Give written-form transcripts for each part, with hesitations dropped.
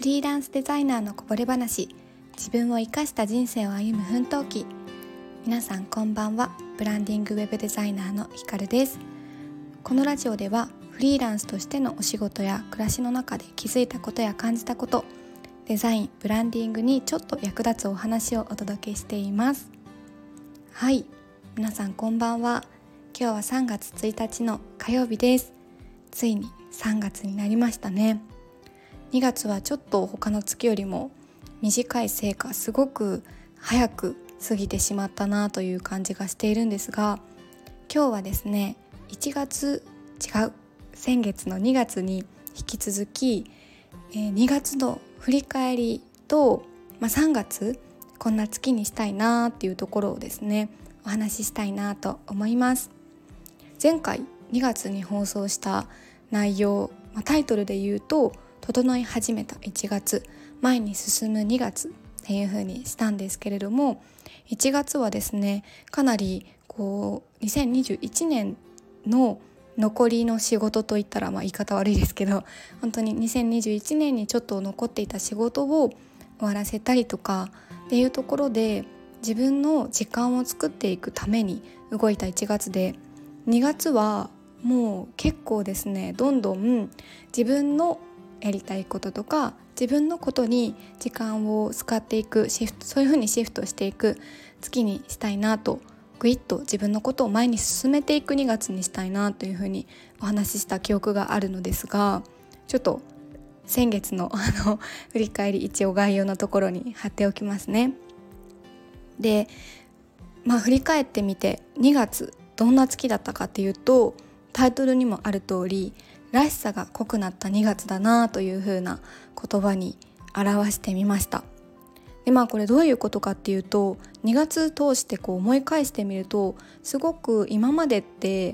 リーランスデザイナーのこぼれ話、自分を生かした人生を歩む奮闘記。皆さんこんばんは。ブランディングウェブデザイナーのひかるです。このラジオではフリーランスとしてのお仕事や暮らしの中で気づいたことや感じたこと、デザイン、ブランディングにちょっと役立つお話をお届けしています。はい、皆さんこんばんは。今日は3月1日の火曜日です。ついに3月になりましたね。2月はちょっと他の月よりも短いせいかすごく早く過ぎてしまったなという感じがしているんですが、今日はですね先月の2月に引き続き、2月の振り返りと、3月こんな月にしたいなっていうところをですねお話ししたいなと思います。前回2月に放送した内容、タイトルで言うと整い始めた1月、前に進む2月っていう風にしたんですけれども、1月はですねかなり2021年の残りの仕事といったら言い方悪いですけど、本当に2021年にちょっと残っていた仕事を終わらせたりとかっていうところで自分の時間を作っていくために動いた1月で、2月はもう結構ですねどんどん自分のやりたいこととか自分のことに時間を使っていくそういう風にシフトしていく月にしたいなと、ぐいっと自分のことを前に進めていく2月にしたいなという風にお話しした記憶があるのですが、ちょっと先月の振り返り一応概要のところに貼っておきますね。で、振り返ってみて2月どんな月だったかっていうと、タイトルにもある通りらしさが濃くなった2月だなという風な言葉に表してみました。でこれどういうことかっていうと、2月通して思い返してみると、すごく今までって、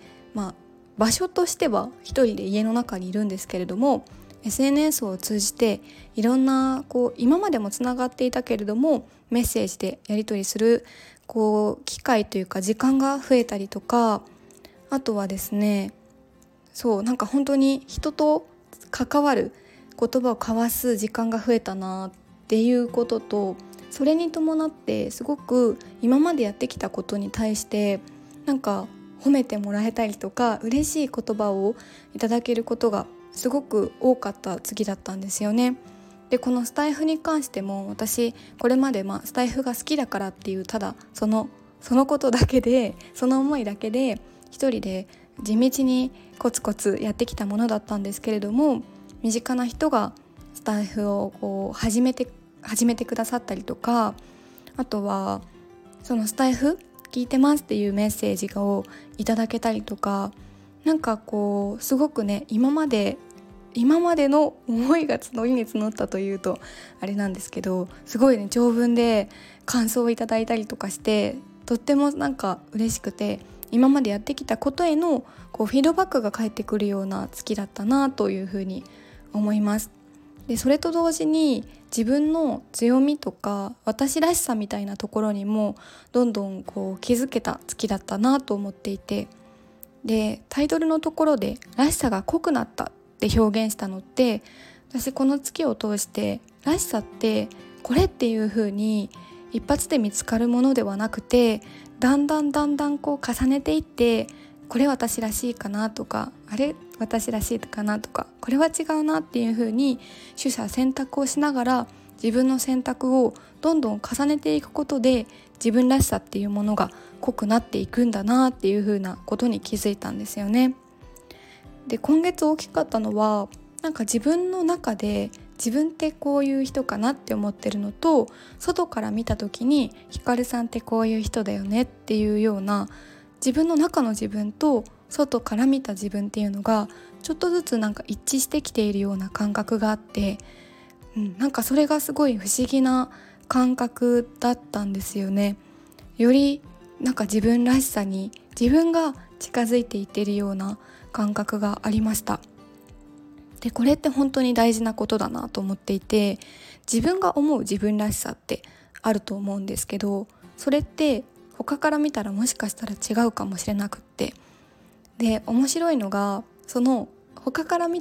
場所としては一人で家の中にいるんですけれども、 SNS を通じていろんな今までもつながっていたけれどもメッセージでやり取りする機会というか時間が増えたりとか、あとはですね本当に人と関わる言葉を交わす時間が増えたなっていうことと、それに伴ってすごく今までやってきたことに対して褒めてもらえたりとか嬉しい言葉をいただけることがすごく多かった月だったんですよね。でこのスタイフに関しても私これまでスタイフが好きだからっていうただそのことだけで、その思いだけで一人で地道にコツコツやってきたものだったんですけれども、身近な人がスタイフを始めてくださったりとか、あとはそのスタイフ聞いてますっていうメッセージをいただけたりとか、すごくね今までの思いが募りに募ったというとあれなんですけど、すごいね長文で感想をいただいたりとかして、とっても嬉しくて、今までやってきたことへのフィードバックが返ってくるような月だったなというふうに思います。でそれと同時に自分の強みとか私らしさみたいなところにもどんどん気づけた月だったなと思っていて、でタイトルのところでらしさが濃くなったって表現したのって、私この月を通してらしさってこれっていう風に一発で見つかるものではなくて、だんだん重ねていって、これ私らしいかなとか、あれ私らしいかなとか、これは違うなっていう風に取捨選択をしながら自分の選択をどんどん重ねていくことで自分らしさっていうものが濃くなっていくんだなっていう風なことに気づいたんですよね。で今月大きかったのは自分の中で自分ってこういう人かなって思ってるのと、外から見た時にひかるさんってこういう人だよねっていうような自分の中の自分と外から見た自分っていうのがちょっとずつ一致してきているような感覚があって、それがすごい不思議な感覚だったんですよね。より自分らしさに自分が近づいていっているような感覚がありました。でこれって本当に大事なことだなと思っていて、自分が思う自分らしさってあると思うんですけど、それって他から見たらもしかしたら違うかもしれなくって、で面白いのがその他から見た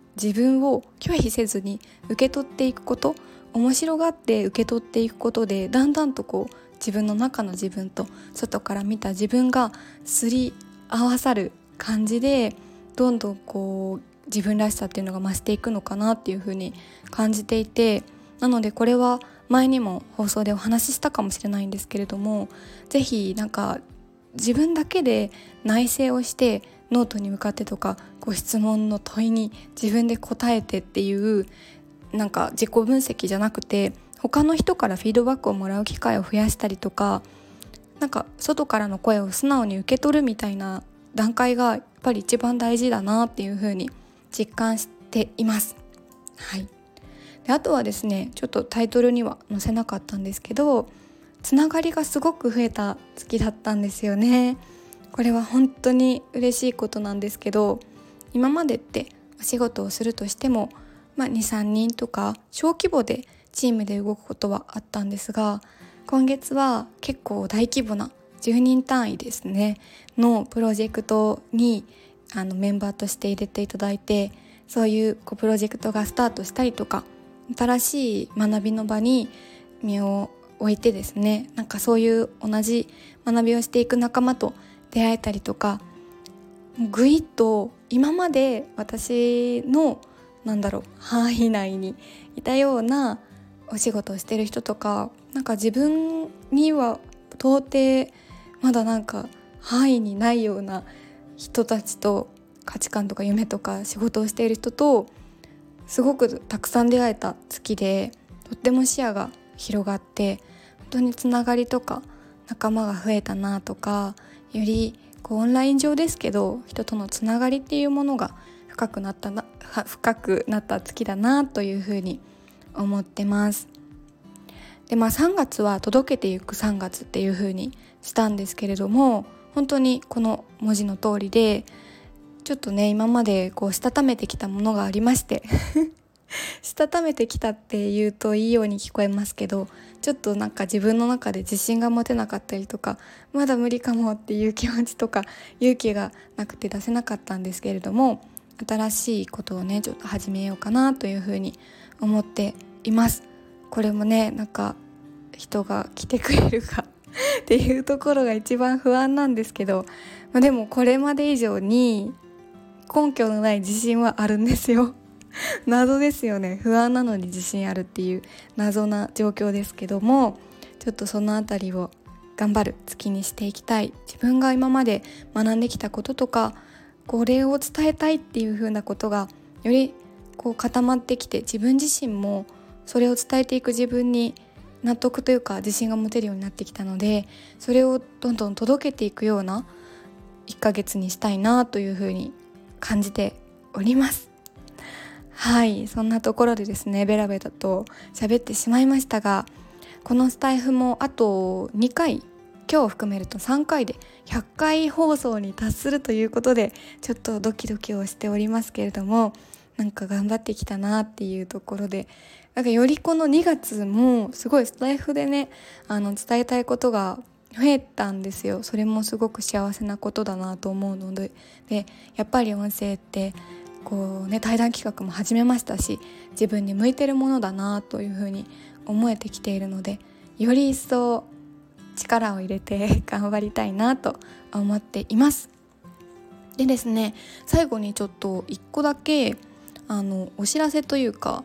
自分を拒否せずに受け取っていくこと、面白がって受け取っていくことで、だんだんと自分の中の自分と外から見た自分がすり合わさる感じで、どんどん自分らしさっていうのが増していくのかなっていうふうに感じていて、なのでこれは前にも放送でお話ししたかもしれないんですけれども、ぜひ自分だけで内省をしてノートに向かってとか、質問の問いに自分で答えてっていう自己分析じゃなくて、他の人からフィードバックをもらう機会を増やしたりとか、外からの声を素直に受け取るみたいな段階がやっぱり一番大事だなっていうふうに実感しています。はい。で、あとはですね、ちょっとタイトルには載せなかったんですけど、つながりがすごく増えた月だったんですよね。これは本当に嬉しいことなんですけど、今までってお仕事をするとしても、2、3人とか小規模でチームで動くことはあったんですが、今月は結構大規模な10人単位ですねのプロジェクトにメンバーとして入れていただいて、そういうプロジェクトがスタートしたりとか、新しい学びの場に身を置いてですね、そういう同じ学びをしていく仲間と出会えたりとか、ぐいっと今まで私の範囲内にいたようなお仕事をしてる人とか、自分には到底まだ範囲にないような人たちと、価値観とか夢とか仕事をしている人とすごくたくさん出会えた月で、とっても視野が広がって、本当につながりとか仲間が増えたなとか、よりオンライン上ですけど人とのつながりっていうものが深くなった月だなというふうに思ってます。で、3月は届けていく3月っていうふうにしたんですけれども、本当にこの文字の通りで、ちょっとね、今までしたためてきたものがありましてしたためてきたって言うといいように聞こえますけど、ちょっと自分の中で自信が持てなかったりとか、まだ無理かもっていう気持ちとか勇気がなくて出せなかったんですけれども、新しいことをねちょっと始めようかなというふうに思っています。これもね人が来てくれるかっていうところが一番不安なんですけど、でもこれまで以上に根拠のない自信はあるんですよ謎ですよね。不安なのに自信あるっていう謎な状況ですけども、ちょっとそのあたりを頑張る月にしていきたい。自分が今まで学んできたこととか、これを伝えたいっていう風なことがより固まってきて、自分自身もそれを伝えていく自分に納得というか自信が持てるようになってきたので、それをどんどん届けていくような1ヶ月にしたいなという風に感じております。はい、そんなところでですね、ベラベラと喋ってしまいましたが、このスタイフもあと2回、今日を含めると3回で100回放送に達するということで、ちょっとドキドキをしておりますけれども、頑張ってきたなっていうところで、よりこの2月もすごいスタイフでね伝えたいことが増えたんですよ。それもすごく幸せなことだなと思うので、やっぱり音声って対談企画も始めましたし、自分に向いてるものだなというふうに思えてきているので、より一層力を入れて頑張りたいなと思っています。でですね、最後にちょっと一個だけお知らせというか、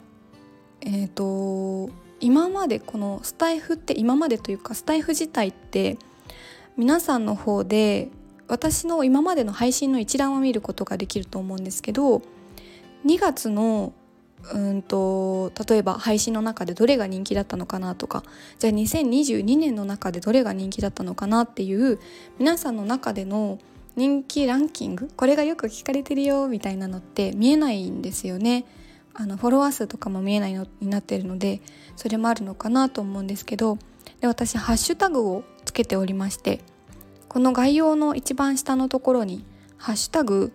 今までこのスタイフって、今までというかスタイフ自体って皆さんの方で私の今までの配信の一覧を見ることができると思うんですけど、2月の例えば配信の中でどれが人気だったのかなとか、じゃあ2022年の中でどれが人気だったのかなっていう皆さんの中での人気ランキング、これがよく聞かれてるよみたいなのって見えないんですよね。フォロワー数とかも見えないのになっているので、それもあるのかなと思うんですけど、で私ハッシュタグをつけておりまして、この概要の一番下のところにハッシュタグ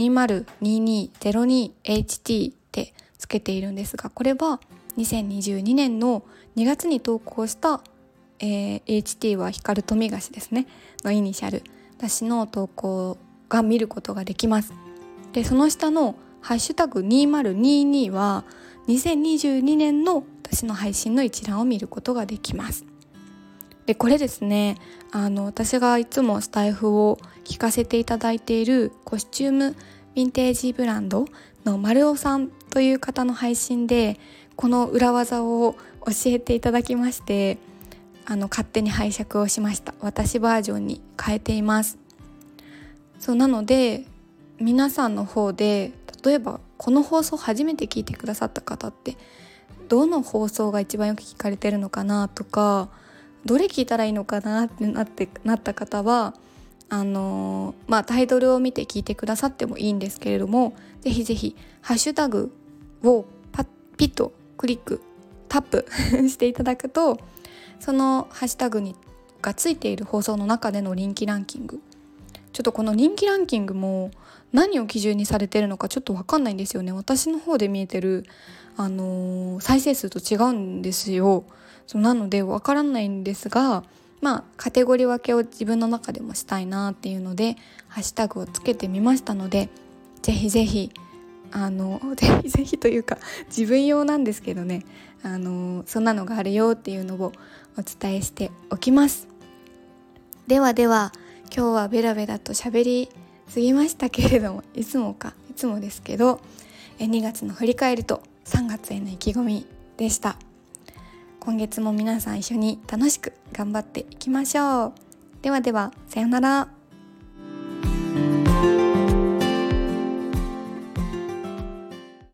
202202HT ってつけているんですが、これは2022年の2月に投稿した、HT は光富樫ですねのイニシャル、私の投稿が見ることができます。でその下のハッシュタグ2022は2022年の私の配信の一覧を見ることができます。でこれですね、私がいつもスタイフを聞かせていただいているコスチュームヴィンテージブランドの丸尾さんという方の配信でこの裏技を教えていただきまして、勝手に拝借をしました。私バージョンに変えています。そうなので皆さんの方で例えばこの放送初めて聞いてくださった方ってどの放送が一番よく聞かれてるのかなとか、どれ聞いたらいいのかなってなった方はタイトルを見て聞いてくださってもいいんですけれども、ぜひぜひハッシュタグをピッとクリックタップしていただくと、そのハッシュタグがついている放送の中での人気ランキング、ちょっとこの人気ランキングも何を基準にされているのかちょっと分かんないんですよね。私の方で見えてる、再生数と違うんですよ。そうなので分からないんですが、カテゴリー分けを自分の中でもしたいなっていうのでハッシュタグをつけてみましたので、ぜひぜひぜひぜひというか自分用なんですけどね、そんなのがあるよっていうのをお伝えしておきます。ではでは今日はベラベラと喋りすぎましたけれども、いつもですけど2月の振り返りと3月への意気込みでした。今月も皆さん一緒に楽しく頑張っていきましょう。ではでは、さようなら。